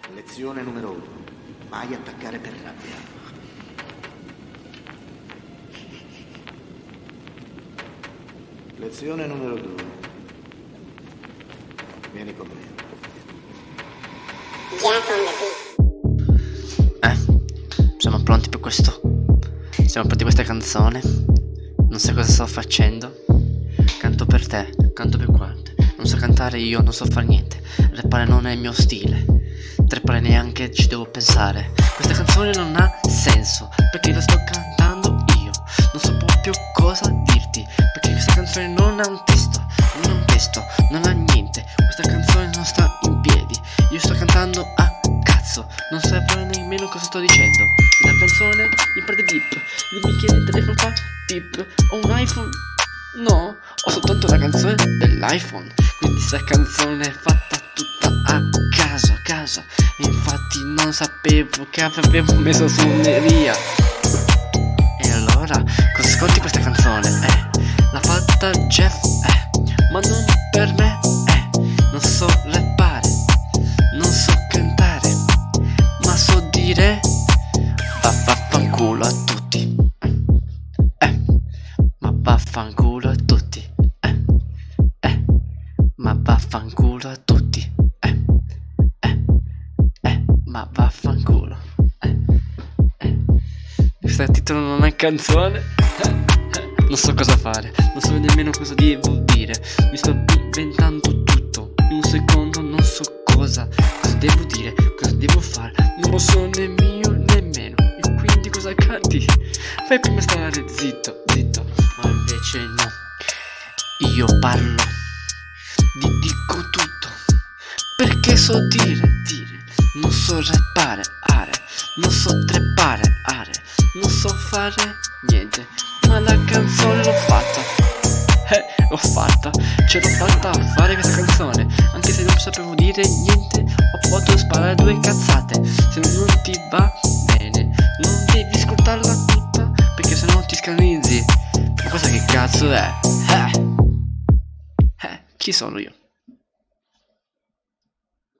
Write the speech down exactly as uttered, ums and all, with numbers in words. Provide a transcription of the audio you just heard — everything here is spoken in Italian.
Lezione numero uno. Mai attaccare per rabbia. Lezione numero due. Vieni con me. Eh, siamo pronti per questo. Siamo pronti per questa canzone. Non so cosa sto facendo. Canto per te, canto per quante. Non so cantare io, non so fare niente. Rappare non è il mio stile. Trepare neanche ci devo pensare. Questa canzone non ha senso, perché la sto cantando io. Non so proprio cosa dirti, perché questa canzone non ha un testo. Non ha un testo, non ha niente. Questa canzone non sta in piedi. Io sto cantando a cazzo. Non saprò nemmeno cosa sto dicendo. La canzone mi parte bip. Mi chiede il telefono fa bip. Ho un iPhone? No, ho soltanto la canzone dell'iPhone. Quindi sta canzone è fatta tutta a caso, a casa. E infatti non sapevo che avevo messo suoneria. E allora, cosa ascolti questa canzone? Eh, l'ha fatta Jeff, eh, ma non per me, eh. Non so rappare, non so cantare, ma so dire va vaffanculo a tutti. Eh, ma vaffanculo a tutti. Eh, eh, ma vaffanculo a tutti. Eh, eh, eh, ma vaffanculo. Eh, eh. Questo titolo non è canzone. Non so cosa fare, non so nemmeno cosa devo dire. Mi sto inventando tutto. In un secondo non so cosa Cosa devo dire, cosa devo fare. Non lo so nemmeno nemmeno. E quindi cosa canti? Fai prima stare zitto, zitto. Ma invece no. Io parlo, ti dico tutto. Perché so dire, dire. Non so rappare, are. Non so treppare, are. Non so fare niente. Ma la canzone l'ho fatta. Eh, l'ho fatta. Ce l'ho fatta a fare questa canzone. Anche se non sapevo dire niente, ho potuto sparare due cazzate. Se non ti va bene, non devi ascoltarla tutta, perché sennò ti scandalizzi. Ma cosa che cazzo è? Eh, eh, chi sono io?